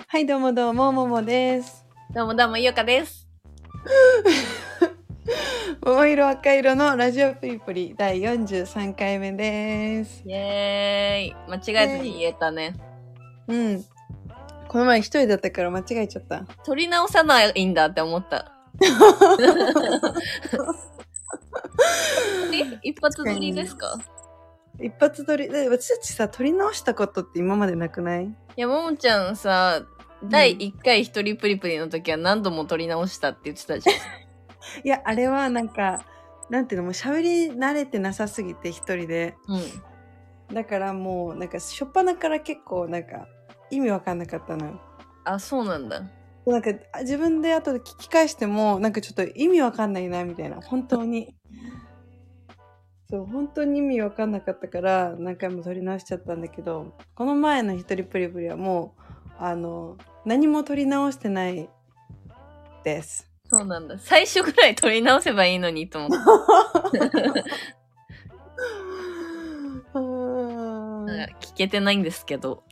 はい、どうもどうも、ももです。 どうもどうも、ゆうかです。 桃色赤色のラジオプリプリ第43回目です。 イエーイ。間違えずに言えたね。 うん。この前一人だったから間違えちゃった。 取り直さないんだって思った。一発撮りですか？ 一発撮り。私たちさ、撮り直したことって今までなくない？ いや、ももちゃんさ、第1回一人プリプリの時は何度も撮り直したって言ってたじゃん。 いや、あれはなんか、なんていうの、もう喋り慣れてなさすぎて一人で。 うん。 だからもう、なんか、しょっぱなから結構なんか、意味わかんなかったのよ。 あ、そうなんだ。 なんか自分で後で聞き返してもなんかちょっと意味わかんないなみたいな、本当にそう本当に意味わかんなかったから何回も撮り直しちゃったんだけど、この前の一人プリプリはもう何も撮り直してないです。 そうなんだ。最初ぐらい撮り直せばいいのにと思って。聞けてないんですけど。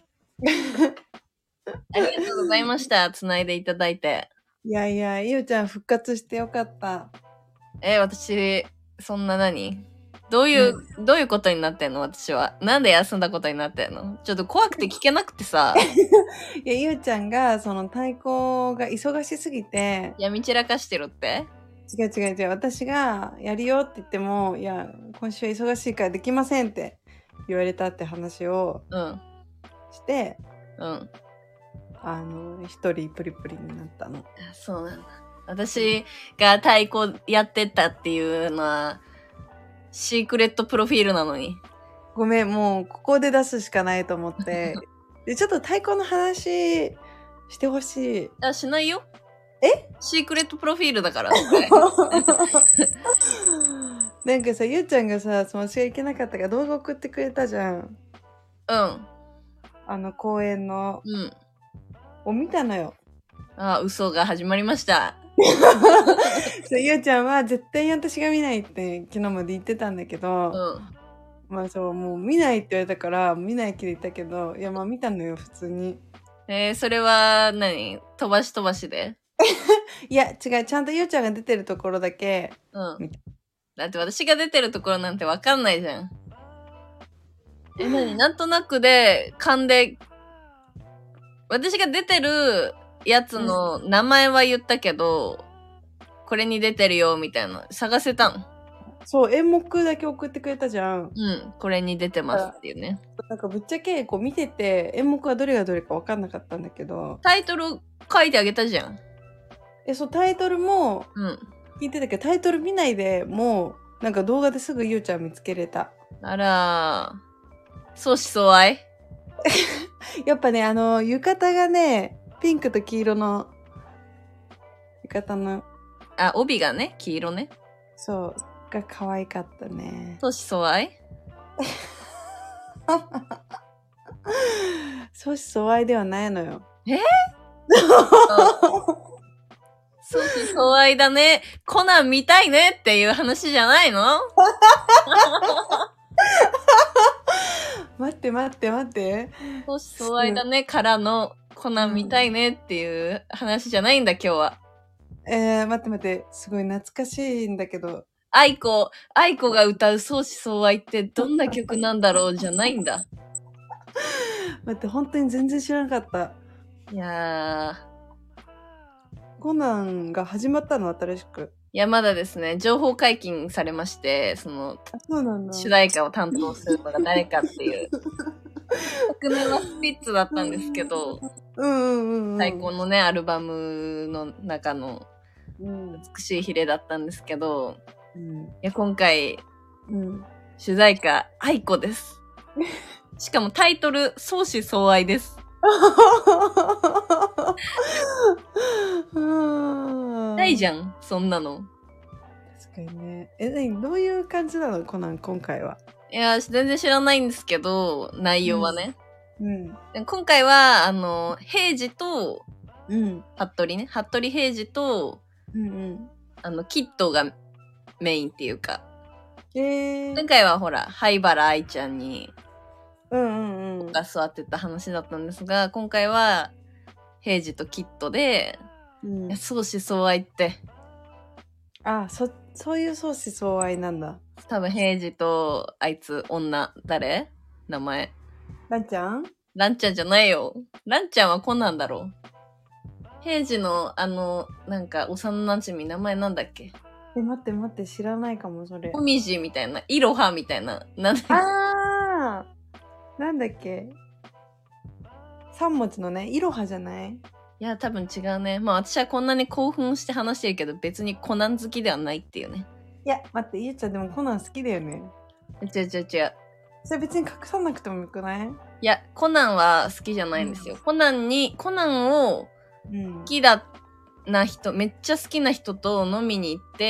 ありがとうございました。繋いでいただいて。 いやいや、ゆうちゃん復活してよかった。 私、そんなどういうことになってんの？私は。なんで休んだことになってんの？ちょっと怖くて聞けなくてさ。 いや、ゆうちゃんがその太鼓が忙しすぎて。 闇散らかしてるって？ 違う違う違う。私がやるよって言っても、いや、今週は忙しいからできませんって言われたって話をして、 うん。 一人プリプリになったの。 そうなんだ。私が太鼓やってたっていうのは、シークレットプロフィールなのに。 ごめん、もうここで出すしかないと思って。で、ちょっと太鼓の話してほしい。 あ、しないよ。 え？ シークレットプロフィールだから。 なんかさ、ゆうちゃんがさ、私が行けなかったから動画送ってくれたじゃん。 うん。 公演の。 うん。 を見たのよ。 あ、嘘が始まりました。 そう、ゆうちゃんは絶対に私が見ないって昨日まで言ってたんだけど、まあそう、もう見ないって言われたから見ない気で言ったけど、いやまあ見たのよ普通に。 それは飛ばし飛ばしで？ いや違う、ちゃんとゆうちゃんが出てるところだけ見た。だって私が出てるところなんてわかんないじゃん。なんとなくで勘で私が出てるやつの名前は言ったけど、これに出てるよみたいな探せたの。 そう、演目だけ送ってくれたじゃん。 うん、これに出てますっていうね。 なんかぶっちゃけこう見てて演目はどれがどれか分かんなかったんだけど、 タイトル書いてあげたじゃん。 そうタイトルも聞いてたけど、タイトル見ないでもうなんか動画ですぐゆうちゃん見つけれた。 あら相思相愛。 やっぱね、浴衣がね、ピンクと黄色の浴衣の、 あ、帯がね、黄色ね。 そうが可愛かったね。 相思相愛。 相思相愛ではないのよ。 相思相愛だね。コナン見たいねっていう話じゃないの？ 待って待って待って。 相思相愛だねからのコナン見たいねっていう話じゃないんだ今日は。 待って待って、すごい懐かしいんだけど。 愛子が歌う相思相愛ってどんな曲なんだろうじゃないんだ。 待って、本当に全然知らなかった。 いやー。コナンが始まったの新しく。 いや、まだですね、情報解禁されまして、 そうなんだ。 主題歌を担当するのが誰かっていう。昨年はスピッツだったんですけど、最高のね、アルバムの中の美しいヒレだったんですけど、いや、今回、主題歌、愛子です。しかもタイトル、相思相愛です。ないじゃん、そんなの。 確かにね。どういう感じなのコナン、今回は。 いや、全然知らないんですけど、内容はね。今回は、平次と、服部ね。服部平次と、キッドがメインっていうか。前回はほら、灰原愛ちゃんに、が座ってた話だったんですが、今回は、 平次とキッドで、 うん、 相思相愛って。 あ、そういう相思相愛なんだ。 多分平次とあいつ女誰名前。 ランちゃん？ ランちゃんじゃないよ。ランちゃんはコナンだろ。平次のなんか幼馴染名前なんだっけ。 待って知らないかもそれ。 もみじみたいな、いろはみたいな、なんだっけ。 あー、なんだっけ。3文字のね、いろはじゃない？ いや、多分違うね。まあ私はこんなに興奮して話してるけど、別にコナン好きではないっていうね。 いや、待って、ゆうちゃんでもコナン好きだよね。 違う。 それ別に隠さなくてもよくない？ いや、コナンは好きじゃないんですよ。コナンを好きだな人、めっちゃ好きな人と飲みに行って、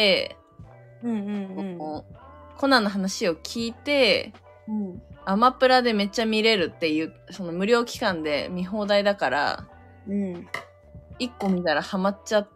コナンの話を聞いて、アマプラでめっちゃ見れるっていう、その無料期間で見放題だから、1個見たらハマっちゃって、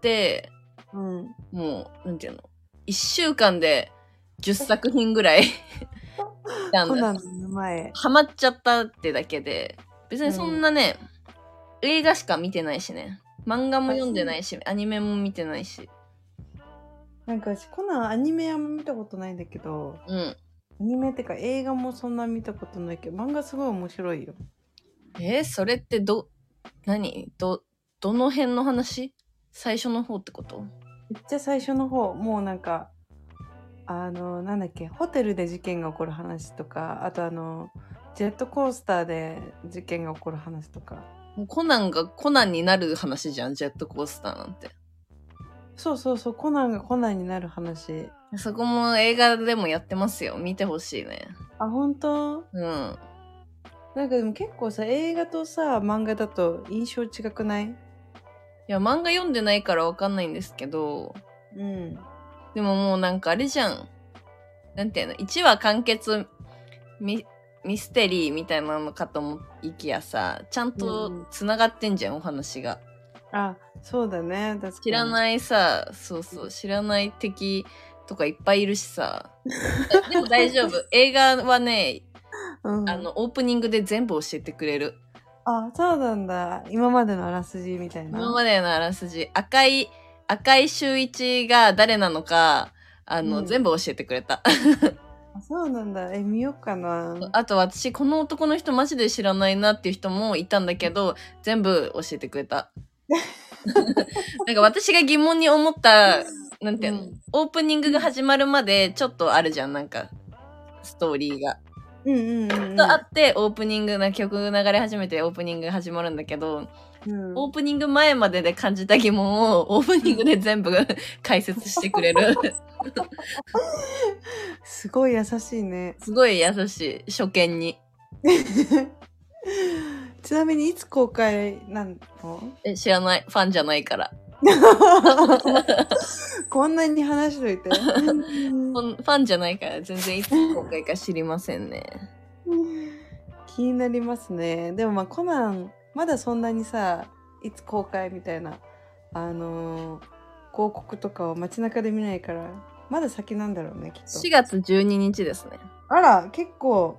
もう、なんていうの、1週間で10作品ぐらいコナンの前ハマっちゃったってだけで、別にそんなね、映画しか見てないしね。漫画も読んでないし、アニメも見てないし。 なんか私コナンアニメあんま見たことないんだけど、アニメってか映画もそんな見たことないけど、漫画すごい面白いよ。 それってどの辺の話？最初の方ってこと？ めっちゃ最初の方、もうなんかなんだっけ、ホテルで事件が起こる話とか、あとジェットコースターで事件が起こる話とか。 もうコナンがコナンになる話じゃん、ジェットコースターなんて。 そう、コナンがコナンになる話。 そこも映画でもやってますよ。見てほしいね。 あ、本当？なんかでも結構さ、映画とさ、漫画だと印象違くない？いや、漫画読んでないからわかんないんですけど、でももうなんかあれじゃん。なんていうの、1話完結ミステリーみたいなのかと思いきやさ、ちゃんと繋がってんじゃん、お話が。 あ、そうだね。確かに。 知らないさ、知らない敵とかいっぱいいるしさ。でも大丈夫。映画はね、オープニングで全部教えてくれる。 あ、そうなんだ。今までのあらすじみたいな。 今までのあらすじ。赤井秀一が誰なのか、全部教えてくれた。 あ、そうなんだ。見よっかな。 あと私、この男の人マジで知らないなっていう人もいたんだけど、全部教えてくれた。なんか私が疑問に思った、なんていうの、オープニングが始まるまでちょっとあるじゃん、なんか、ストーリーが。とあって、オープニングな曲流れ始めてオープニングが始まるんだけど、オープニング前までで感じた疑問をオープニングで全部解説してくれる。 すごい優しいね。 すごい優しい、初見に。 ちなみにいつ公開なの？ 知らない。ファンじゃないから。 こんなに話しといて。ファンじゃないから全然いつ公開か知りませんね。 気になりますね。でもまあコナンまだそんなにさ、いつ公開みたいな広告とかを街中で見ないから、まだ先なんだろうね、きっと。 4月12日ですね。 あら、結構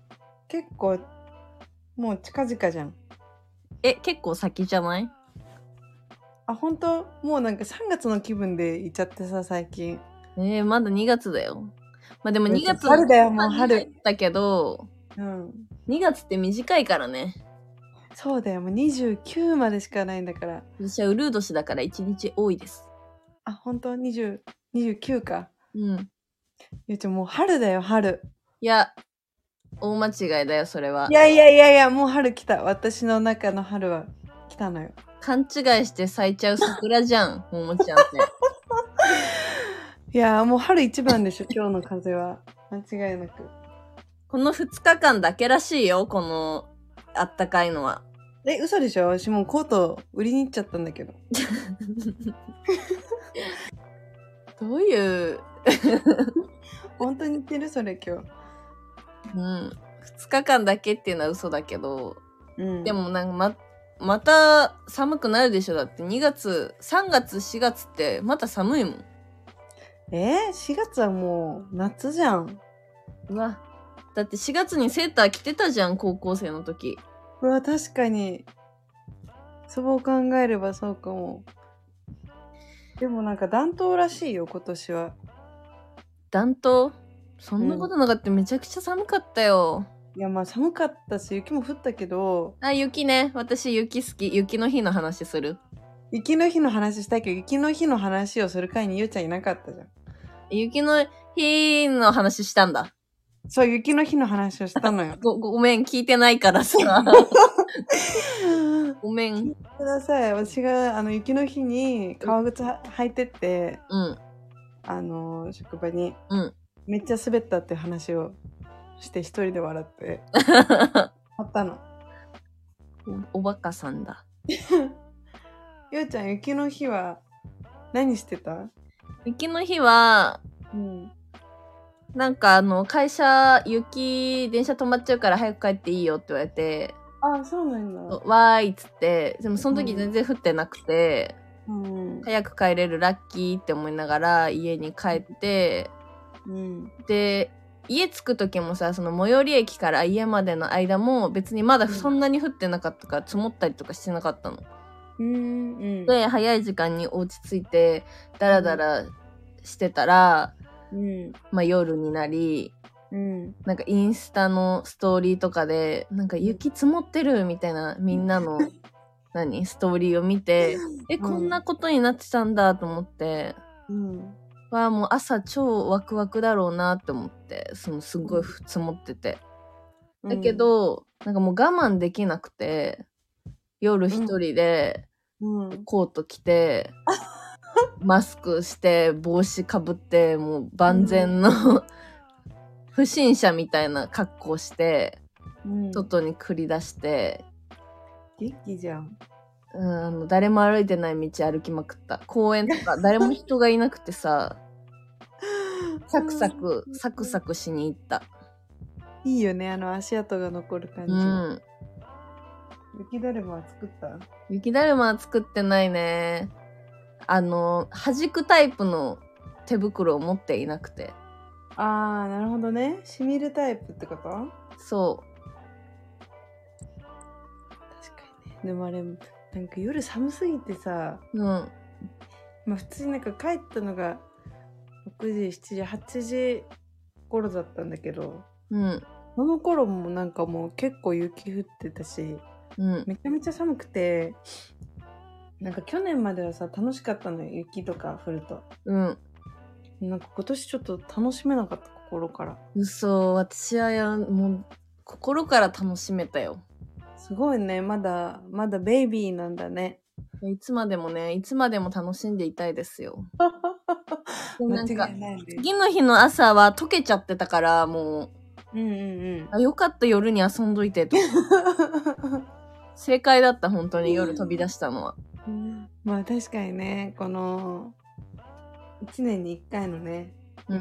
もう近々じゃん。 結構先じゃない？ あ、本当？もうなんか3月の気分で行っちゃってさ、最近。 まだ2月だよ。まあでも2月春だよ、もう春。 だけど、2月って短いからね。 そうだよ、もう29までしかないんだから。 私はウルー年だから1日多いです。 あ、本当？29か。 うん。 ゆうちゃんもう春だよ、春。 いや、大間違いだよ、それは。 いや、もう春来た。私の中の春は来たのよ。 勘違いして咲いちゃう桜じゃん、ももちゃんって。 いや、もう春一番でしょ、今日の風は。間違いなく。 この2日間だけらしいよ、この、あったかいのは。 嘘でしょ？私もうコート売りに行っちゃったんだけど。 どういう本当に言ってる？それ今日。 2日間だけっていうのは嘘だけど、でもなんかまた寒くなるでしょ。だって3月、4月ってまた寒いもん。 4月はもう夏じゃん。 うわ、だって4月にセーター着てたじゃん、高校生の時。 うわ、確かに。 そう考えればそうかも。でもなんか暖冬らしいよ、今年は。 暖冬？そんなことなかった、めちゃくちゃ寒かったよ。 いや、まあ寒かったし、雪も降ったけど。 あ、雪ね。私雪好き。雪の日の話する？ 雪の日の話したいけど、雪の日の話をする会にゆうちゃんいなかったじゃん。 雪の日の話したんだ。 そう、雪の日の話をしたのよ。 ごめん、聞いてないからさ。ごめん。 聞いてください。私が雪の日に革靴履いてって、職場に、めっちゃ滑ったって話をして一人で笑ってあったの。 おバカさんだ。 ゆうちゃん、雪の日は何してた？ 雪の日は、なんか会社、電車止まっちゃうから早く帰っていいよって言われて、 あ、そうなんだ。 わーいっつって、でもその時全然降ってなくて、早く帰れるラッキーって思いながら家に帰って、で、家着く時もさ、その最寄り駅から家までの間も別にまだそんなに降ってなかったから積もったりとかしてなかったの。で、早い時間にお家着いてダラダラしてたら、まあ夜になり、なんかインスタのストーリーとかでなんか雪積もってるみたいなみんなのストーリーを見て、こんなことになってたんだと思って、もう朝超ワクワクだろうなって思って、すごい積もってて、だけどなんかもう我慢できなくて、夜一人でコート着て、マスクして帽子かぶって、もう万全の、不審者みたいな格好して、外に繰り出して、 元気じゃん。 誰も歩いてない道歩きまくった。公園とか誰も人がいなくてさ、サクサクしに行った。 いいよね、足跡が残る感じ。雪だるまは作った？ 雪だるまは作ってないね。弾くタイプの手袋を持っていなくて。 あー、なるほどね。しみるタイプってこと？ そう。 確かにね。でもあれ、なんか夜寒すぎてさ、まあ普通になんか帰ったのが6時、7時、8時頃だったんだけど、その頃もなんかもう結構雪降ってたし、めちゃめちゃ寒くて、なんか去年まではさ楽しかったのよ、雪とか降ると。なんか今年ちょっと楽しめなかった、心から。 嘘、私はもう心から楽しめたよ。 すごいね、まだベイビーなんだね。 いつまでも楽しんでいたいですよ。なんか次の日の朝は溶けちゃってたから、もう、よかった夜に遊んどいてと。正解だった、本当に夜飛び出したのは。 まあ確かにね、この1年に1回のね、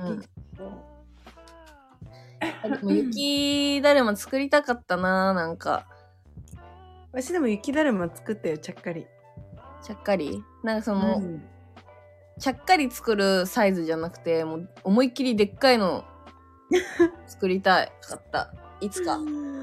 でも雪だるま作りたかったな、なんか。 私でも雪だるま作ったよ、ちゃっかり。 ちゃっかり？なんかちゃっかり作るサイズじゃなくて、もう思いっきりでっかいの作りたかった。いつか。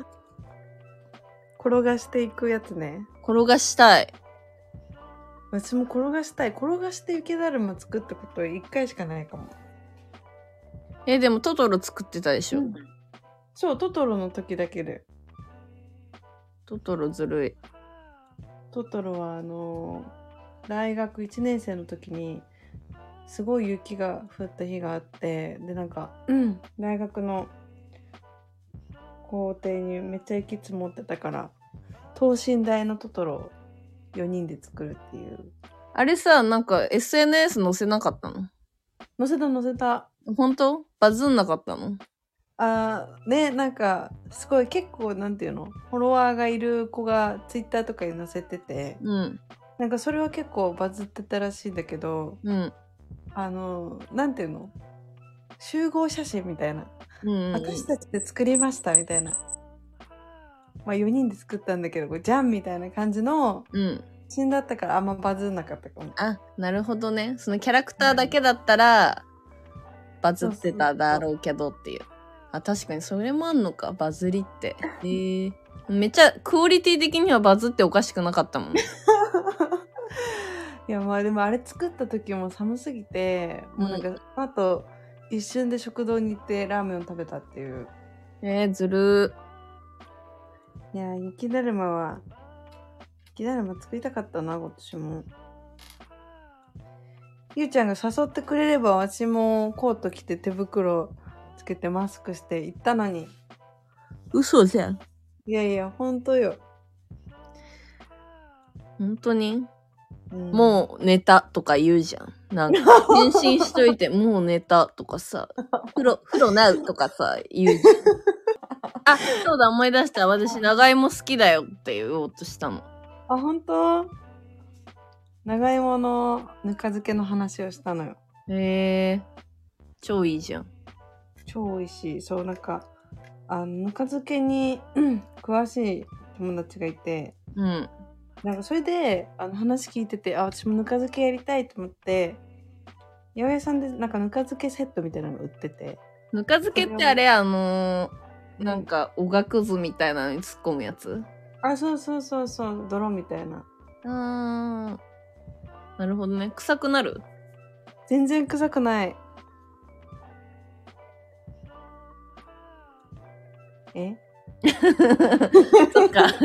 転がしていくやつね。 転がしたい。 私も転がしたい。転がして雪だるま作ったこと1回しかないかも。 でもトトロ作ってたでしょ？ そう、トトロの時だけで。 トトロずるい。 トトロは大学1年生の時にすごい雪が降った日があって、でなんか、大学の校庭にめっちゃ雪積もってたから、等身大のトトロを4人で作るっていう。 あれさ、なんか SNS 載せなかったの？ 載せた。 本当？バズんなかったの？ ね、なんかすごい結構なんていうの、フォロワーがいる子がツイッターとかに載せてて、なんかそれは結構バズってたらしいんだけど、なんていうの、集合写真みたいな、私たちで作りましたみたいな、まあ4人で作ったんだけどじゃんみたいな感じの写真だったからあんまバズんなかったかも。 あ、なるほどね。そのキャラクターだけだったらバズってただろうけどっていう。確かにそれもあんのか、バズりって。めっちゃクオリティ的にはバズっておかしくなかったもん。 いやまあでもあれ作った時も寒すぎて、もうなんかあと一瞬で食堂に行ってラーメンを食べたっていう。 ずるー。いや雪だるま作りたかったな今年も。ゆうちゃんが誘ってくれれば私もコート着て手袋つけてマスクして行ったのに。 嘘じゃん。 いやいやほんとよ。 本当に、もう寝たとか言うじゃん。なんか返信しといてもう寝たとかさ、風呂なうとかさ言うじゃん。あ、そうだ思い出した。私長芋好きだよって言おうとしたの。 あ、本当？長芋のぬか漬けの話をしたのよ。 超いいじゃん。 超美味しい。そうなんかぬか漬けに、詳しい友達がいて、なんかそれで話聞いてて、私もぬか漬けやりたいと思って、八百屋さんでなんかぬか漬けセットみたいなの売ってて。 ぬか漬けってあれなんかおがくずみたいなのに突っ込むやつ？ そう、泥みたいな。 なるほどね。臭くなる？ 全然臭くない。そっか。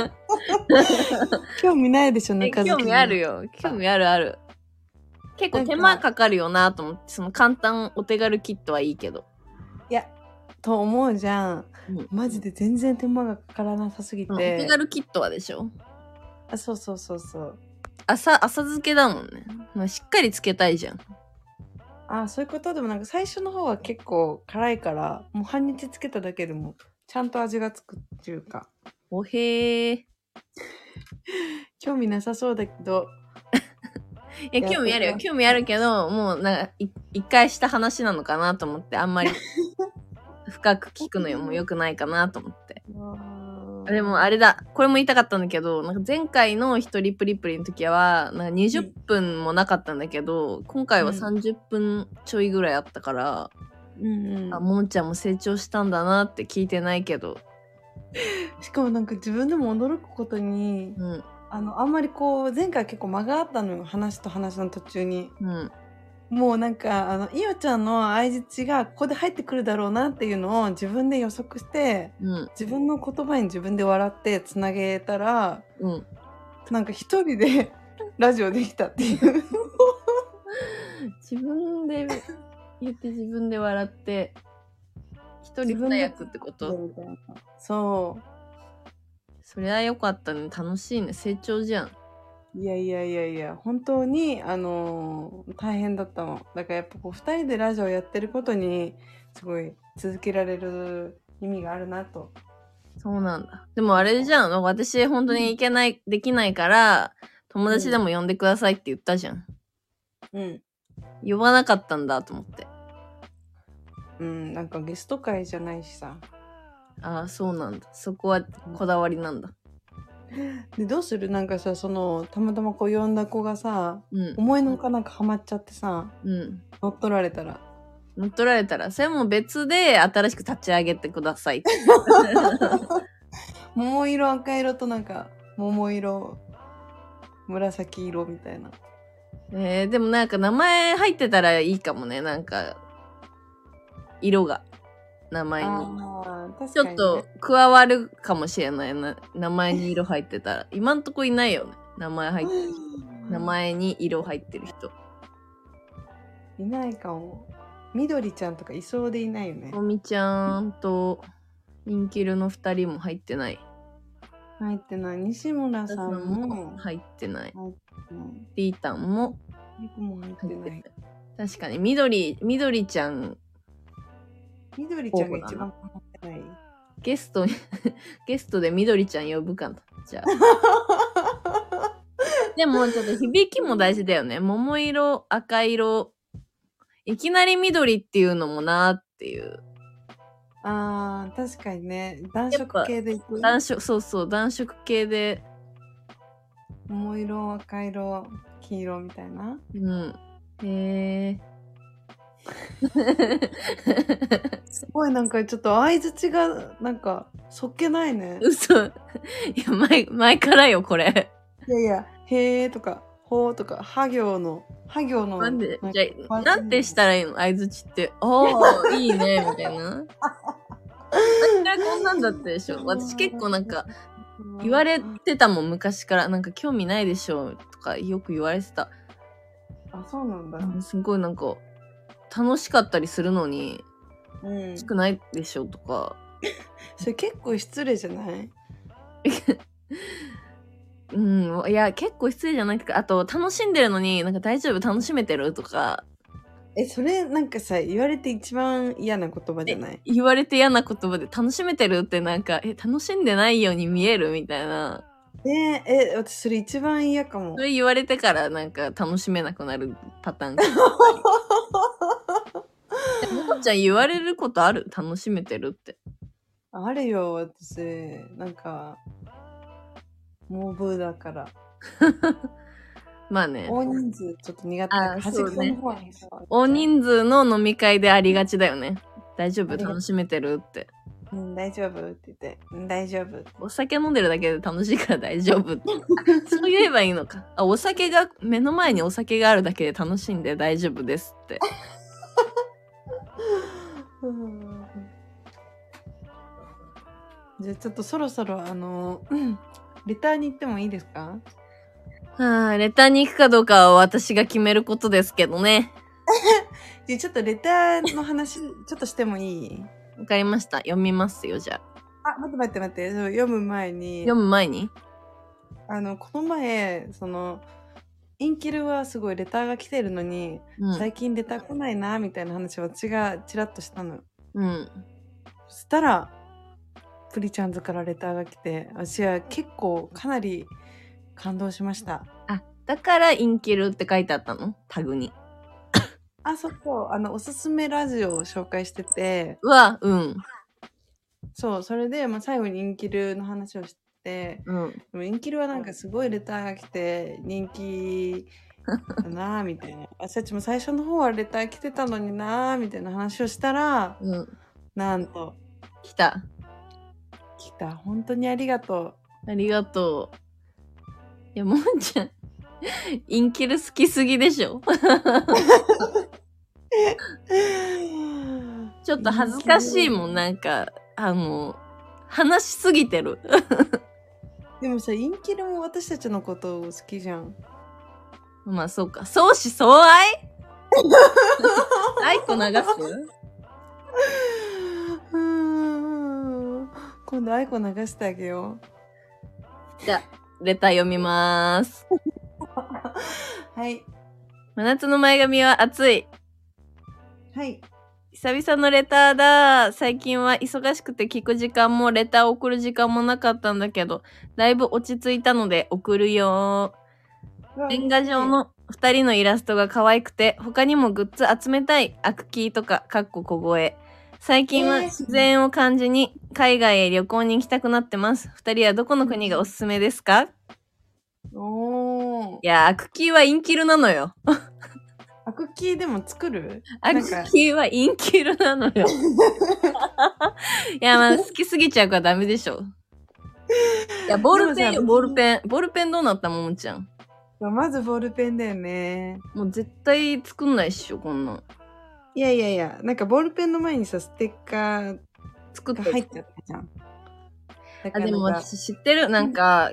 興味ないでしょ、ぬか漬け。 興味あるよ。興味ある。結構手間かかるよなと思って、その簡単お手軽キットはいいけど。 いや、と思うじゃん。マジで全然手間がかからなさすぎて。お手軽キットはでしょ？ そう。 浅漬けだもんね。まあ、しっかりつけたいじゃん。 そういうこと。でもなんか最初の方は結構辛いから、もう半日つけただけでもちゃんと味がつくっていうか。 おへー。 興味なさそうだけど。 いや、興味あるよ。興味あるけど、もうなんか一回した話なのかなと思って、あんまり深く聞くのよも良くないかなと思って。でもあれだ、これも言いたかったんだけど、なんか前回の一人プリプリの時はなんか20分もなかったんだけど、今回は30分ちょいぐらいあったから、ももちゃんも成長したんだなって聞いてないけど。 しかもなんか自分でも驚くことに、あんまりこう前回結構間があったのよ、話と話の途中に。もうなんかいおちゃんの相槌がここで入ってくるだろうなっていうのを自分で予測して、自分の言葉に自分で笑ってつなげたら、なんか一人でラジオできたっていう自分で言って自分で笑って一人二役ってこと？ そう。 それは良かったね。楽しいね。成長じゃん。 いや本当に大変だったの。だからやっぱこう2人でラジオやってることにすごい続けられる意味があるなと。 そうなんだ。でもあれじゃん、私本当にできないから友達でも呼んでくださいって言ったじゃん。呼ばなかったんだと思って。 なんかゲスト会じゃないしさ。 そうなんだ。そこはこだわりなんだ。 でどうする？なんかさ、たまたまこう呼んだ子がさ、思いのほかなんかハマっちゃってさ、乗っ取られたらそれも別で新しく立ち上げてください。 桃色赤色となんか桃色紫色みたいな。 でもなんか名前入ってたらいいかもね。なんか色が名前にちょっと加わるかもしれないな。名前に色入ってたら今んとこいないよね。名前入ってる人、名前に色入ってる人いないかも。みどりちゃんとかいそうでいないよね。 もみちゃんとインキルの2人も入ってない。 西村さんも入ってない。リータンも入ってない。 確かにみどりちゃんが一番ハマってない。 ゲストでみどりちゃん呼ぶかな。じゃあでもちょっと響きも大事だよね。桃色赤色いきなり緑っていうのもなーっていう。 確かにね。暖色系でいく。 そう暖色系で桃色赤色黄色みたいな。すごいなんかちょっと相槌がなんかそっけないね。 嘘。いや前からよこれ。 いやへーとかほとか、は行の。 なんで、じゃあ、なんてしたらいいの相づちって。ああ、いいね、みたいな。私からこんなんだったでしょ。私結構なんか、言われてたもん、昔から。なんか興味ないでしょ、とかよく言われてた。 あ、そうなんだ。 すごいなんか、楽しかったりするのに、少ないでしょ、とか。 それ結構失礼じゃない？ うん、いや、結構失礼じゃないか。あと、楽しんでるのに、なんか大丈夫楽しめてるとか。 それなんかさ、言われて一番嫌な言葉じゃない？ 言われて嫌な言葉で、楽しめてるってなんか、楽しんでないように見えるみたいな。 私それ一番嫌かも。 それ言われてからなんか楽しめなくなるパターンか。もこちゃん言われることある？楽しめてるって。 あるよ、私。なんか、モブだから。 まあね。 大人数ちょっと苦手だから、端っこの方にさ。 大人数の飲み会でありがちだよね。大丈夫？楽しめてるって。 大丈夫って言って、大丈夫。 お酒飲んでるだけで楽しいから大丈夫って。そう言えばいいのか。お酒が、目の前にお酒があるだけで楽しんで大丈夫ですって。じゃあちょっとそろそろレターに行ってもいいですか？ レターに行くかどうかは私が決めることですけどね。 ちょっとレターの話ちょっとしてもいい？ わかりました。読みますよ、じゃあ。待って。読む前に。 この前、インキルはすごいレターが来てるのに、最近レター来ないな、みたいな話を私がチラッとしたの。そしたら、プリちゃんズからレターが来て、私は結構かなり感動しました。 あ、だからインキルって書いてあったの？タグに。 そう。おすすめラジオを紹介してて。そう、それで、最後にインキルの話をして、でもインキルはなんかすごいレターが来て、人気だなぁ、みたいな。私たちも最初の方はレター来てたのになぁ、みたいな話をしたら、なんと。 来た。 本当にありがとう。ありがとう。いや、もんちゃん、インキル好きすぎでしょ。ちょっと恥ずかしいもん、なんか、話しすぎてる。 でもさ、インキルも私たちのこと好きじゃん。 まあそうか。相思相愛愛子流す？ 今度愛子流してあげよう。じゃあ、レター読みまーす。 はい。 真夏の前髪は暑い。 はい。 久々のレターだ。最近は忙しくて聞く時間もレター送る時間もなかったんだけど、だいぶ落ち着いたので送るよ。年賀状の2人のイラストが可愛くて、他にもグッズ集めたい。アクキーとか、かっこ小声。最近は自然を感じに海外へ旅行に行きたくなってます。2人はどこの国がおすすめですか？いや、アクキーはインキルなのよ。 アクキーでも作る？ アクキーはインキルなのよ。いや、好きすぎちゃうからダメでしょ。いや、ボールペンよ、ボールペン。ボールペンどうなったももちゃん。 まずボールペンだよね。 もう絶対作んないっしょ、こんなん。 いや、なんかボールペンの前にさ、ステッカー作って入っちゃったじゃん。 でも私知ってる。なんか、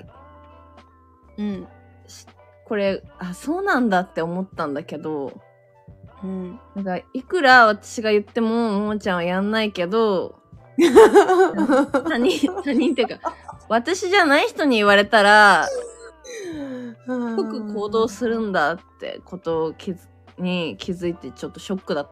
これ、そうなんだって思ったんだけど、なんか、いくら私が言っても、ももちゃんはやんないけど、他人っていうか、私じゃない人に言われたら、即行動するんだってことに気づいてちょっとショックだった。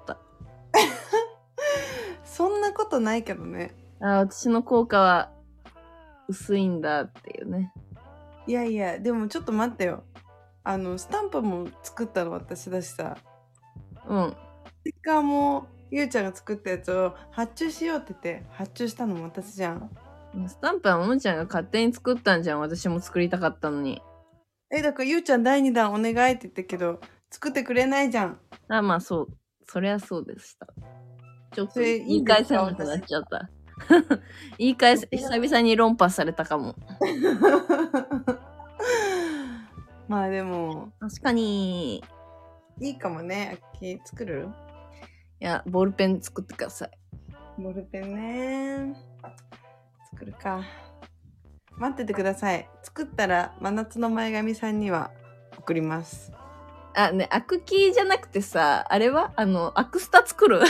そんなことないけどね。 私の効果は薄いんだっていうね。 いや、でもちょっと待ってよ。スタンプも作ったの私だしさ。ステッカーもゆうちゃんが作ったやつを発注しようって言って発注したのも私じゃん。 スタンプはももちゃんが勝手に作ったんじゃん。私も作りたかったのに。 だからゆうちゃん第2弾お願いって言ったけど作ってくれないじゃん。 まあそう。そりゃそうでした。ちょっと言い返せなくなっちゃった。言い返せ、久々に論破されたかも。 まあでも、 確かに。 いいかもね。作る？ いや、ボールペン作ってください。 ボールペンね。作るか。待っててください。作ったら、真夏の前髪さんには送ります。 あ、ね、アクキーじゃなくてさ、あれはアクスタ作る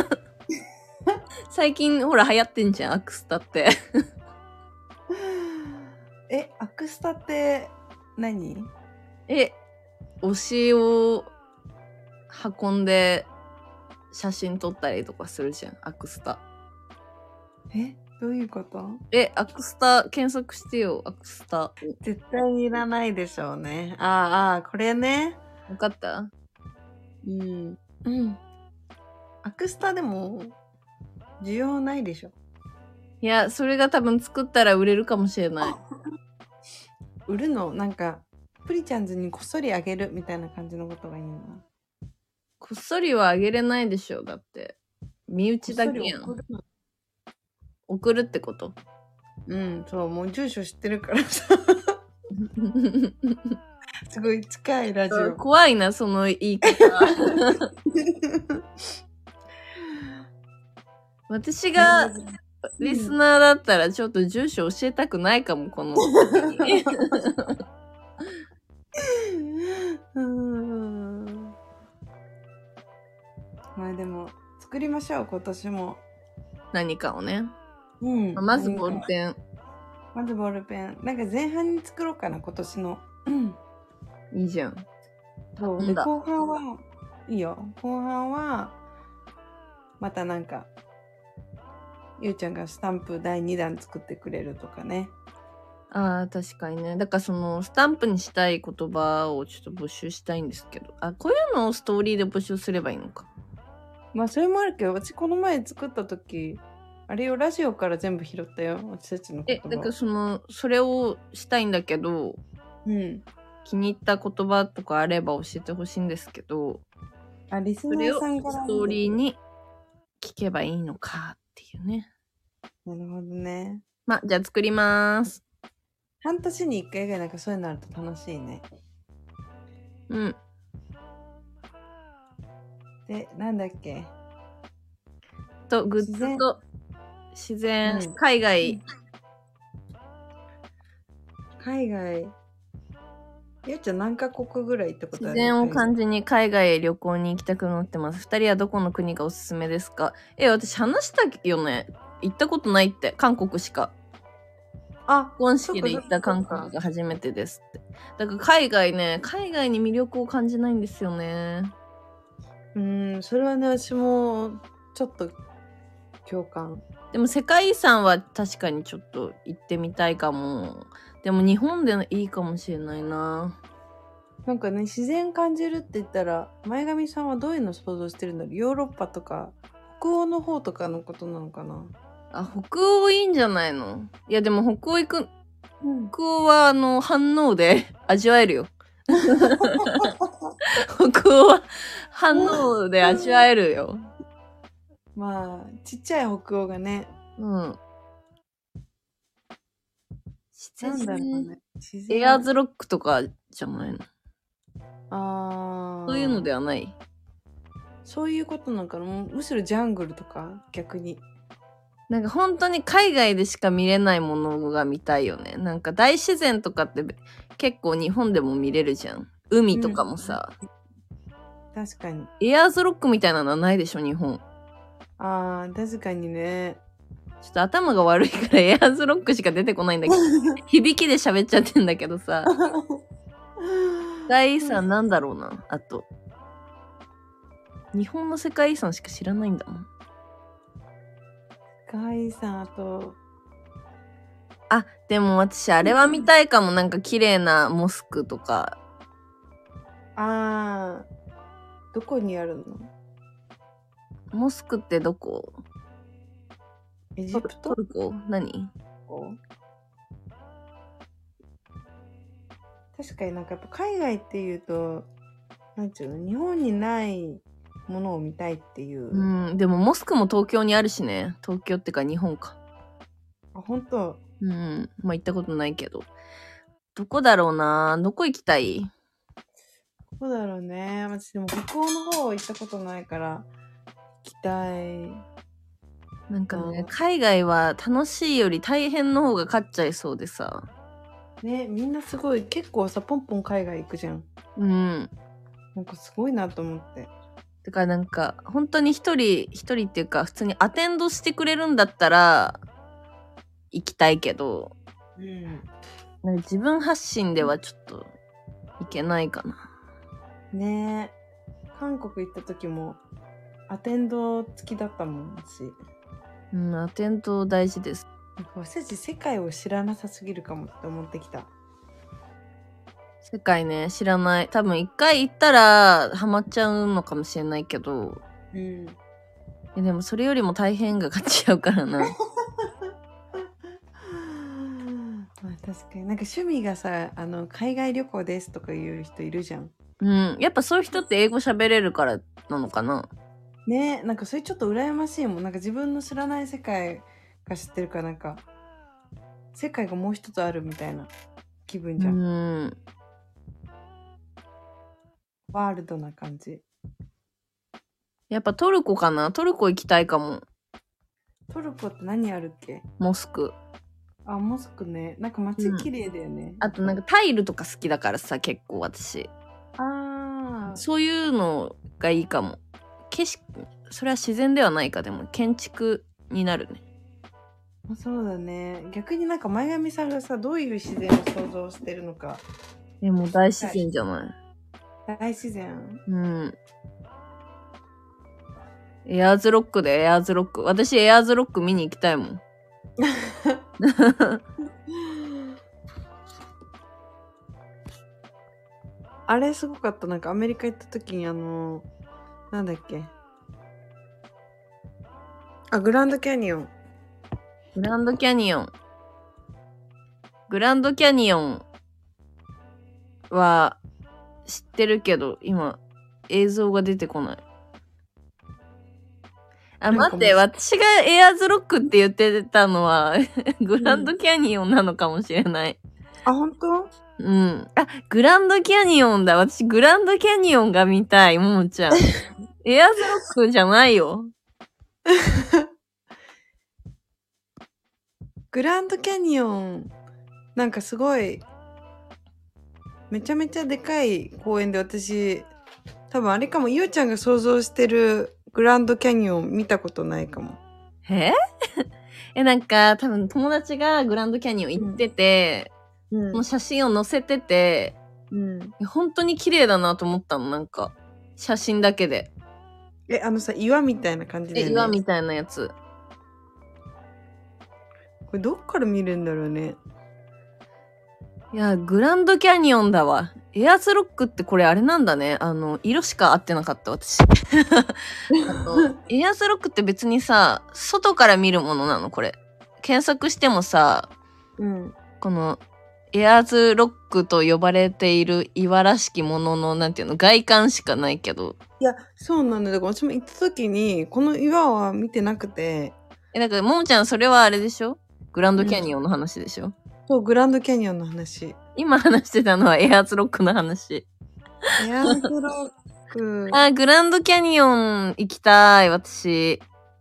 最近、ほら、流行ってんじゃん、アクスタって。 アクスタって何？ 推しを運んで写真撮ったりとかするじゃん、アクスタ。 どういうこと？ アクスタ検索してよ、アクスタ。 絶対にいらないでしょうね。これね。 わかった？ うん。アクスタでも、需要ないでしょ。 いや、それが多分作ったら売れるかもしれない。 売るの？なんか、プリちゃんズにこっそりあげるみたいな感じのことがいいな。 こっそりはあげれないでしょ、だって。身内だけやん。送るってこと？ うん、そう、もう住所知ってるからさ。すごい近いラジオ。 怖いな、その言い方。私がリスナーだったらちょっと住所教えたくないかも、この。 まあでも、作りましょう、今年も。 何かをね。 まずボールペン。 まずボールペン。なんか前半に作ろうかな、今年の。 いいじゃん。 そうで、後半は、いいよ。後半は、またなんか、ゆうちゃんがスタンプ第2弾作ってくれるとかね。 確かにね。だからそのスタンプにしたい言葉をちょっと募集したいんですけど。こういうのをストーリーで募集すればいいのか。 まあそれもあるけど、私この前作った時、あれよ、ラジオから全部拾ったよ、私たちの言葉。 だからそれをしたいんだけど、気に入った言葉とかあれば教えてほしいんですけど、 リスナーさんからストーリーに聞けばいいのかっていうね。 なるほどね。 じゃあ作ります。 半年に1回ぐらいなんかそういうのあると楽しいね。で、なんだっけ？ グッズと自然、海外。 海外。ゆうちゃん何カ国ぐらい行ったことある？ 自然を感じに海外へ旅行に行きたくなってます。2人はどこの国がおすすめですか？私話したよね。行ったことないって。韓国しか。結婚式で行った韓国が初めてですって。だから海外に魅力を感じないんですよね。 それはね、私もちょっと共感。 でも世界遺産は確かにちょっと行ってみたいかも。でも日本でいいかもしれないな。 なんかね、自然感じるって言ったら、前髪さんはどういうの想像してるんだろう？ヨーロッパとか、北欧の方とかのことなのかな？ 北欧いいんじゃないの？いやでも北欧行く、北欧は反応で味わえるよ。北欧は反応で味わえるよ。 まあ、ちっちゃい北欧がね。なんだろうね。 エアーズロックとかじゃないの？そういうのではない？ そういうことなんかな。むしろジャングルとか、逆に。 なんか本当に海外でしか見れないものが見たいよね。なんか大自然とかって結構日本でも見れるじゃん。海とかもさ。 確かに。 エアーズロックみたいなのはないでしょ、日本。 確かにね。 ちょっと頭が悪いからエアーズロックしか出てこないんだけど、響きで喋っちゃってんだけどさ。世界遺産なんだろうな、あと。日本の世界遺産しか知らないんだもん。 世界遺産、あと。 でも私あれは見たいかも。なんか綺麗なモスクとか。 どこにあるの？ モスクってどこ？ エジプト？ トルコ？何？ 確かになんかやっぱ海外っていうと、なんちゅうの、日本にないものを見たいっていう。 でもモスクも東京にあるしね。東京ってか日本か。 本当？ まあ行ったことないけど。 どこだろうな。どこ行きたい？ どこだろうね。私でも北欧の方行ったことないから行きたい。 なんかね、海外は楽しいより大変の方が勝っちゃいそうでさ。 ね、みんなすごい、結構さ、ポンポン海外行くじゃん。 うん。 なんかすごいなと思って。 だからなんか、本当に一人っていうか、普通にアテンドしてくれるんだったら、行きたいけど、 うん。 なんか自分発信ではちょっと、いけないかな。 ねえ。韓国行った時も、アテンド付きだったもんし。 うん、アテンド大事です。 なんか私たち世界を知らなさすぎるかもって思ってきた。 世界ね、知らない。多分一回行ったらハマっちゃうのかもしれないけど。 うん。 でもそれよりも大変が勝っちゃうからな。 まあ確かに。なんか趣味がさ、海外旅行ですとか言う人いるじゃん。 うん。やっぱそういう人って英語喋れるからなのかな。 ねえ、なんかそれちょっと羨ましいもん。なんか自分の知らない世界が知ってるから、なんか、世界がもう一つあるみたいな気分じゃん。 うん。 ワールドな感じ。 やっぱトルコかな。トルコ行きたいかも。 トルコって何あるっけ？ モスク。 あ、モスクね。なんか街綺麗だよね。 あとなんかタイルとか好きだからさ、結構私。 ああ。 そういうのがいいかも。景色、それは自然ではないか。でも建築になるね。 そうだね。逆になんか前髪さんがさ、どういう自然を想像してるのか。 でも大自然じゃない。 大自然。 うん。エアーズロックでエアーズロック。私エアーズロック見に行きたいもん。 あれすごかった。なんかアメリカ行った時になんだっけ。あ、グランドキャニオン。 グランドキャニオン。グランドキャニオンは知ってるけど、今映像が出てこない。あ、待って、私がエアーズロックって言ってたのはグランドキャニオンなのかもしれない。 あ、本当？ うん。あ、グランドキャニオンだ。私、グランドキャニオンが見たい、ももちゃん。エアーズロックじゃないよ。 グランドキャニオン、なんかすごい、めちゃめちゃでかい公園で私、多分あれかも、ゆうちゃんが想像してるグランドキャニオン見たことないかも。 なんか、多分友達がグランドキャニオン行ってて、その写真を載せてて、本当に綺麗だなと思ったの、なんか。写真だけで。 さ、岩みたいな感じだよね。 岩みたいなやつ。 これどっから見るんだろうね。 いや、グランドキャニオンだわ。エアーズロックってこれあれなんだね。色しか合ってなかった、私。エアーズロックって別にさ、外から見るものなのこれ。検索してもさ、この、エアーズロックと呼ばれている岩らしきものの、なんていうの、外観しかないけど。 いや、そうなんだ。だから私も行った時に、この岩は見てなくて。 だから、ももちゃん、それはあれでしょ？グランドキャニオンの話でしょ？ そう、グランドキャニオンの話。 今話してたのはエアーズロックの話。 エアーズロック。 あ、グランドキャニオン行きたい、私。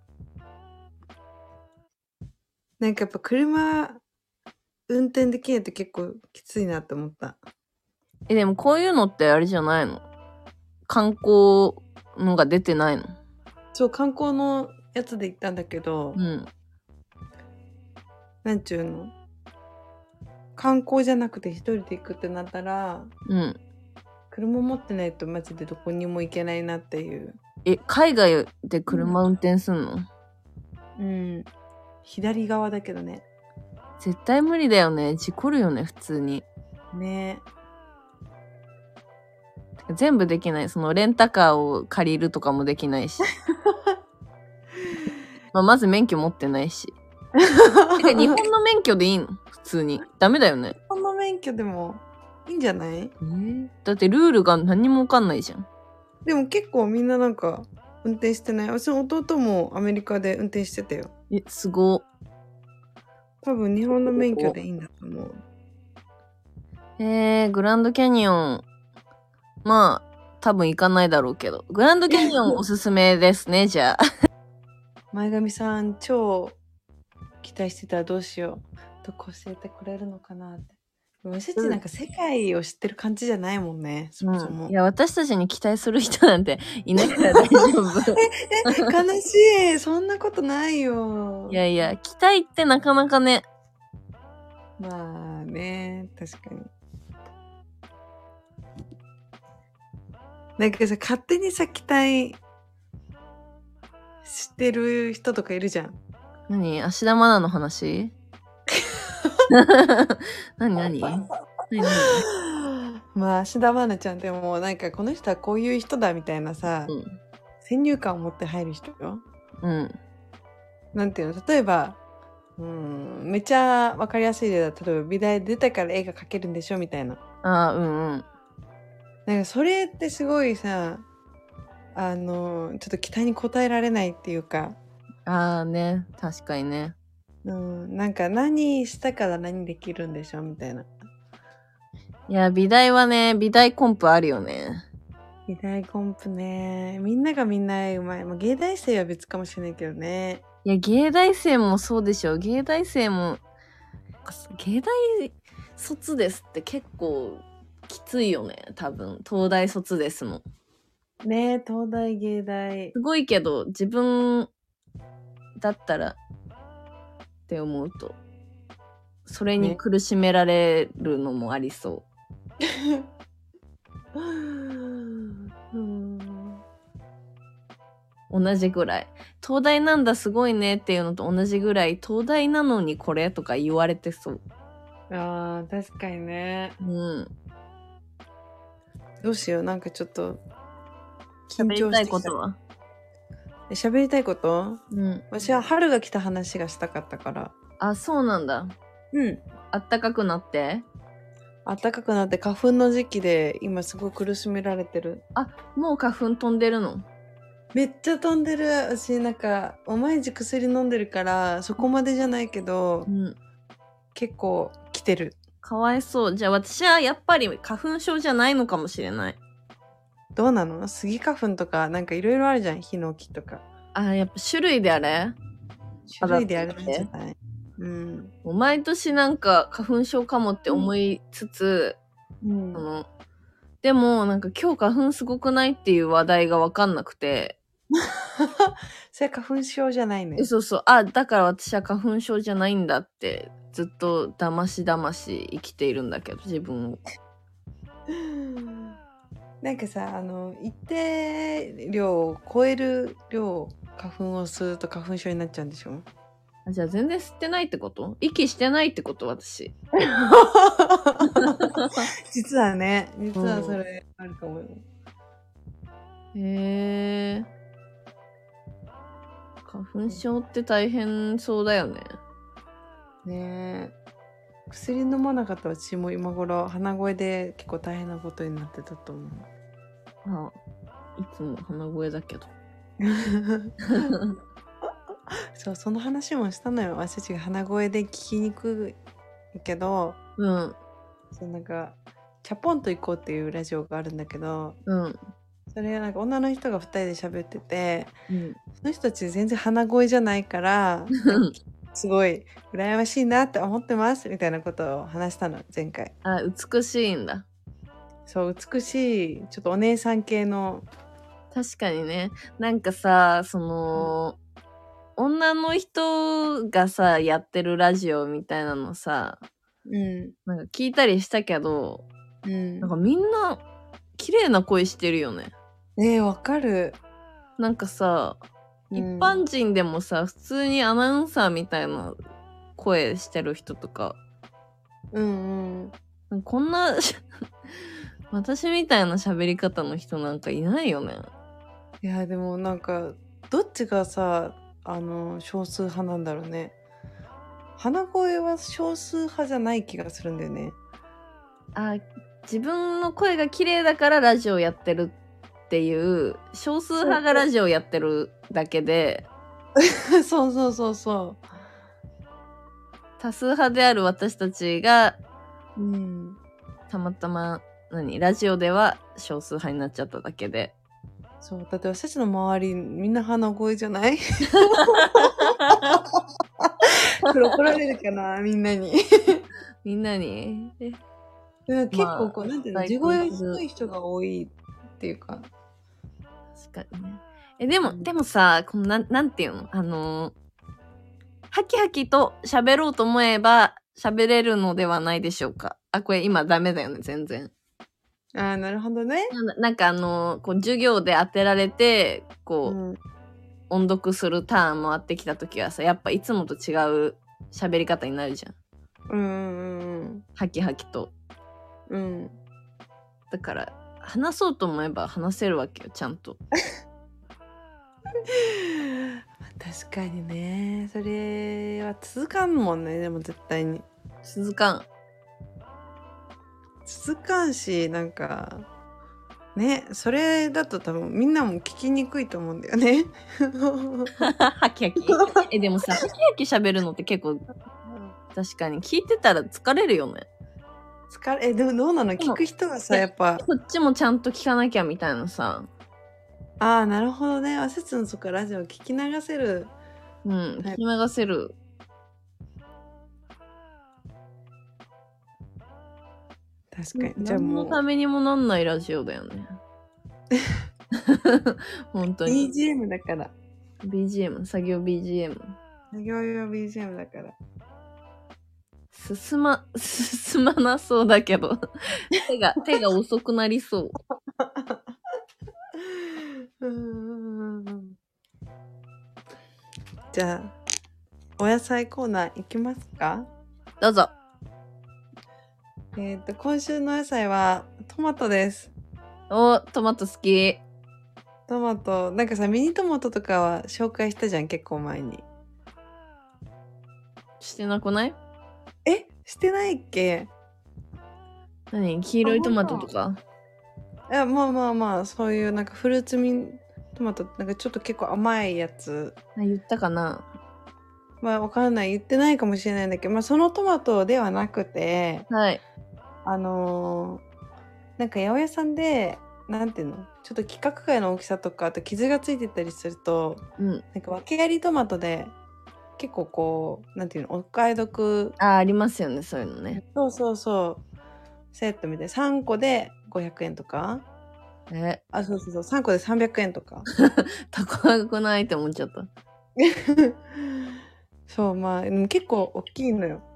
なんかやっぱ車、運転できないと結構きついなって思った。 でもこういうのってあれじゃないの？観光のが出てないの？ そう、観光のやつで行ったんだけど、なんちゅうの？観光じゃなくて一人で行くってなったら、車持ってないとマジでどこにも行けないなっていう。 海外で車運転すんの？ 左側だけどね。 絶対無理だよね。事故るよね、普通に。 ね。 全部できない。そのレンタカーを借りるとかもできないし。まず免許持ってないし。てか日本の免許でいいの？普通に。ダメだよね。 日本の免許でもいいんじゃない？ だってルールが何もわかんないじゃん。 でも結構みんななんか運転してない。私の弟もアメリカで運転してたよ。 すご。 多分日本の免許でいいんだと思う。 グランドキャニオン。まあ、多分行かないだろうけど。グランドキャニオンおすすめですね、じゃあ。 前髪さん、超期待してたらどうしよう。どこ教えてくれるのかなって。私たちなんか世界を知ってる感じじゃないもんね、そもそも。 いや、私たちに期待する人なんていないから大丈夫。 悲しい。そんなことないよ。 いやいや、期待ってなかなかね。 まあね、確かに。なんかさ、勝手にさ、期待してる人とかいるじゃん。 何？芦田愛菜の話？何まあ、芦田愛菜ちゃんってもうなんかこの人はこういう人だみたいなさ、先入観を持って入る人よ。なんていうの、例えば、めっちゃわかりやすい例えば美大出たから絵が描けるんでしょみたいな。なんかそれってすごいさ、ちょっと期待に応えられないっていうか。 ね、確かにね。 なんか何したから何できるんでしょみたいな。 いや、美大はね、美大コンプあるよね。 美大コンプね。みんながみんなうまい。芸大生は別かもしれないけどね。 いや、芸大生もそうでしょ。芸大生も、芸大卒ですって結構きついよね、多分。東大卒ですもん。 ねえ、東大芸大。 すごいけど、自分だったらって思うと、それに苦しめられるのもありそう。同じぐらい。東大なんだすごいねっていうのと同じぐらい、東大なのにこれとか言われてそう。 確かにね。どうしよう、なんかちょっと喋りたいことは？ 喋りたいこと？私は春が来た話がしたかったから。 そうなんだ。あったかくなって？ あったかくなって花粉の時期で今すごい苦しめられてる。 もう花粉飛んでるの？ めっちゃ飛んでる。私なんか毎日薬飲んでるからそこまでじゃないけど、結構来てる。 かわいそう。じゃあ私はやっぱり花粉症じゃないのかもしれない。 どうなの？スギ花粉とかなんかいろいろあるじゃん。ヒノキとか。 やっぱ種類であれ？ 種類であるんじゃない？ もう毎年なんか花粉症かもって思いつつ、でもなんか今日花粉すごくないっていう話題がわかんなくて。 それ花粉症じゃないね。 そうそう。だから私は花粉症じゃないんだってずっと騙し生きているんだけど、自分を。 なんかさ、一定量を超える量花粉を吸うと花粉症になっちゃうんでしょ？ じゃあ全然吸ってないってこと？息してないってこと？私。 実はね、実はそれあるかもよ。 花粉症って大変そうだよね。 ねえ。薬飲まなかった私も今頃鼻声で結構大変なことになってたと思う。 いつも鼻声だけど。 そう、その話もしたのよ。私たちが鼻声で聞きにくいけど、そうなんかチャポンと行こうっていうラジオがあるんだけど、それなんか女の人が2人で喋ってて、その人たち全然鼻声じゃないからすごい羨ましいなって思ってますみたいなことを話したの、前回。 美しいんだ。 そう、美しいちょっとお姉さん系の。 確かにね。なんかさ、女の人がさやってるラジオみたいなのさ、なんか聞いたりしたけど、なんかみんな綺麗な声してるよね。 わかる。 なんかさ、一般人でもさ、普通にアナウンサーみたいな声してる人とか、こんな私みたいな喋り方の人なんかいないよね。 いやでもなんかどっちがさ少数派なんだろうね。鼻声は少数派じゃない気がするんだよね。 自分の声が綺麗だからラジオやってるっていう少数派がラジオやってるだけでそうそうそうそう。 多数派である私たちが、 たまたま、ラジオでは少数派になっちゃっただけで。 そう、だって私たちの周り、みんな鼻声じゃない？これ怒られるかな、みんなに。 みんなに結構こう、なんていうの、地声低い人が多いっていうか。 確かにね。でもさ、このなんていうの？ハキハキと喋ろうと思えば喋れるのではないでしょうか。あ、これ今ダメだよね、全然。 ああ、なるほどね。 なんかこう授業で当てられて、こう、音読するターン回ってきたときはさ、やっぱいつもと違う喋り方になるじゃん。ハキハキと。だから、話そうと思えば話せるわけよ、ちゃんと。 確かにね。それは続かんもんね、でも絶対に。 続かんし、なんか、ね、それだと多分みんなも聞きにくいと思うんだよね。 ハキハキ。でもさ、ハキハキ喋るのって結構、確かに聞いてたら疲れるよね。 でもどうなの？聞く人がさ、やっぱ。 こっちもちゃんと聞かなきゃみたいなさ。 ああ、なるほどね。私たちのそっかラジオ聞き流せる。 聞き流せる。 確かに。じゃあもう。 何のためにもなんないラジオだよね。本当に。 BGM だから。 BGM、作業 BGM。 作業用 BGM だから。 進まなそうだけど手が遅くなりそう。 じゃあお野菜コーナー行きますか？ どうぞ。 今週の野菜はトマトです。 トマト好き。 トマトなんかさ、ミニトマトとかは紹介したじゃん、結構前に。 してなくない？ してないっけ？ 何？黄色いトマトとか？ いや、まあそういうなんかフルーツトマトなんかちょっと結構甘いやつ。 言ったかな？ まあわかんない、言ってないかもしれないんだけど、まあそのトマトではなくて、 はい。 なんか八百屋さんでなんていうの、ちょっと規格外の大きさとか、あと傷がついてたりすると、なんか訳ありトマトで結構こうなんていうの、お買い得。 ありますよね、そういうのね。 そうセットみたいな3個で500円とか。そう3個で300円とか。 高くないって思っちゃった。 そう、まあでも結構大きいのよ。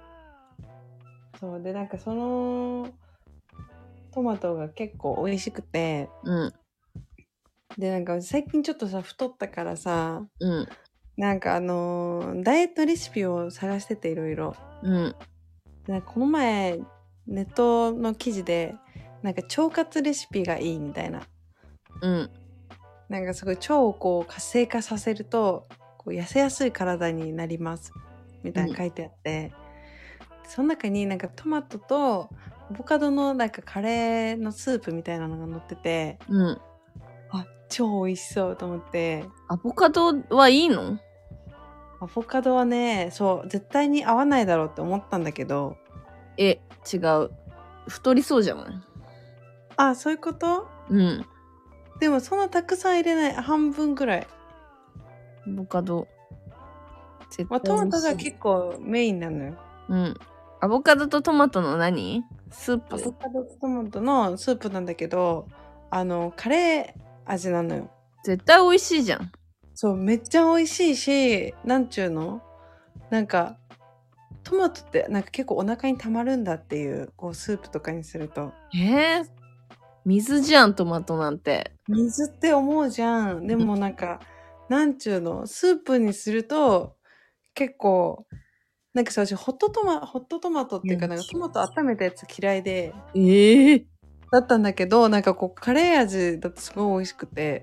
そうで、なんかそのトマトが結構美味しくて、でなんか最近ちょっとさ太ったからさ、なんかダイエットレシピを探してて、いろいろ。でこの前ネットの記事でなんか腸活レシピがいいみたいな。なんかすごい腸をこう活性化させるとこう痩せやすい体になりますみたいな書いてあって、その中になんかトマトとアボカドのなんかカレーのスープみたいなのが載ってて、超美味しそうと思って。 アボカドはいいの？ アボカドはね、そう絶対に合わないだろうって思ったんだけど。 違う。太りそうじゃない？ そういうこと？でもそんなたくさん入れない、半分ぐらい。 アボカドトマトが結構メインなのよ。 アボカドとトマトの何？スープ？ アボカドとトマトのスープなんだけど、カレー味なのよ。 絶対美味しいじゃん。 そう、めっちゃ美味しいし、なんちゅうの？なんかトマトってなんか結構お腹にたまるんだっていう、こうスープとかにすると。 水じゃん、トマトなんて。 水って思うじゃん。でもなんかなんちゅうの、スープにすると結構なんかさ、私ホットトマトっていうか、なんかトマト温めたやつ嫌いで、だったんだけど、なんかこうカレー味だとすごい美味しくて。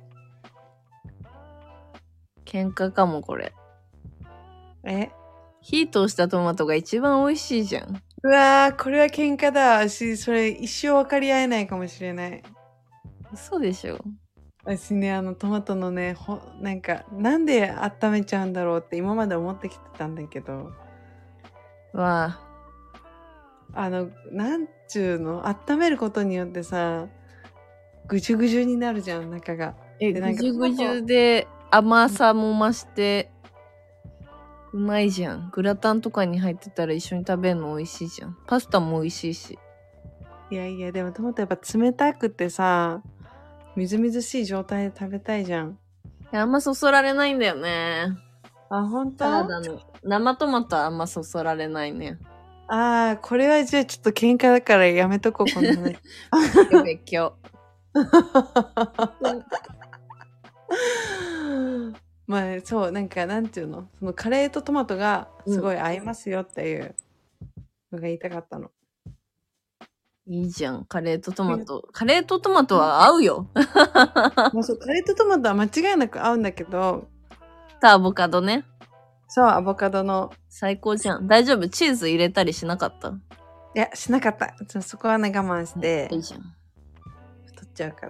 喧嘩かも、これ。火通したトマトが一番美味しいじゃん。 うわー、これは喧嘩だ。それ一生分かり合えないかもしれない。 嘘でしょ。 私ね、トマトのね、なんかなんで温めちゃうんだろうって今まで思ってきてたんだけど。 なんちゅうの、温めることによってさ、ぐじゅぐじゅになるじゃん、中が。 ぐじゅぐじゅで甘さも増して、うまいじゃん。グラタンとかに入ってたら一緒に食べるの美味しいじゃん。パスタも美味しいし。 いやいや、でもトマトやっぱ冷たくてさ、みずみずしい状態で食べたいじゃん。 いや、あんまそそられないんだよね。 あ、ほんと？ サラダの。生トマトはあんまそそられないね。 ああ、これはじゃあちょっと喧嘩だからやめとこう、この話。 別居。 まあ、そう、なんか、なんていうの、そのカレーとトマトがすごい合いますよっていうのが言いたかったの。 いいじゃん、カレーとトマト。カレーとトマトは合うよ。 もうそう、カレーとトマトは間違いなく合うんだけど。 アボカドね。 そう、アボカドの。 最高じゃん。大丈夫？チーズ入れたりしなかった？ いや、しなかった。そこはね、我慢して。 いいじゃん。 太っちゃうから。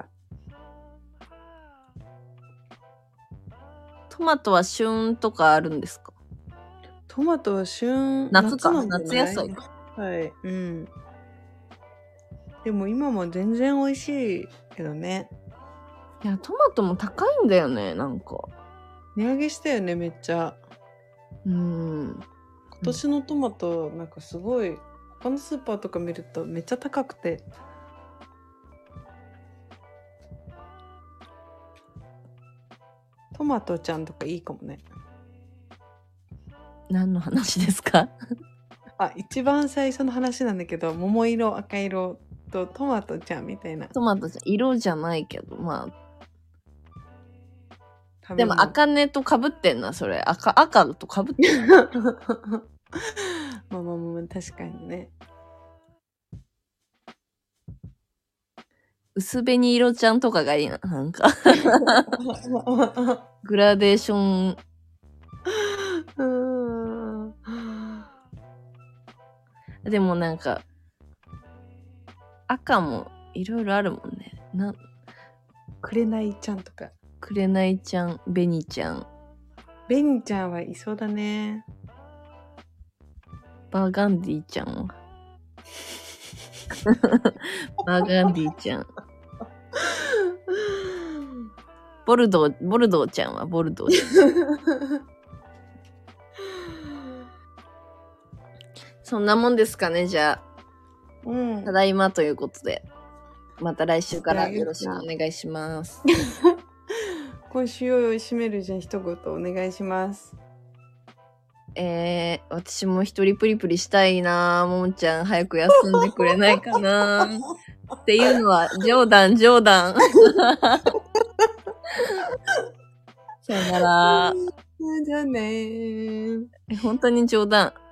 トマトは旬とかあるんですか？ トマトは旬。 夏か。夏野菜か。 はい。うん。でも今も全然美味しいけどね。 いや、トマトも高いんだよね、なんか。 値上げしたよね、めっちゃ。 今年のトマト、なんかすごい、他のスーパーとか見るとめっちゃ高くて。トマトちゃんとかいいかもね。 何の話ですか？ あ、一番最初の話なんだけど、桃色、赤色とトマトちゃんみたいな。 トマトちゃん、色じゃないけど、まあ。でも、赤ねと被ってんな、それ。赤と被ってんな。 まあ、確かにね。 薄紅色ちゃんとかがいいな、なんか。グラデーション。でもなんか、赤もいろいろあるもんね。 くれないちゃんとか。 くれないちゃん、紅ちゃん。 紅ちゃんはいそうだね。 バーガンディちゃんは。バーガンディちゃん。ボルドーちゃんはボルドーちゃん。そんなもんですかね、じゃあ。ただいまということで。また来週からよろしくお願いします。 今週を締めるじゃん、一言お願いします。 私も一人プリプリしたいなぁ。ももちゃん早く休んでくれないかなっていうのは冗談。さよなら。 じゃあねー。 本当に冗談。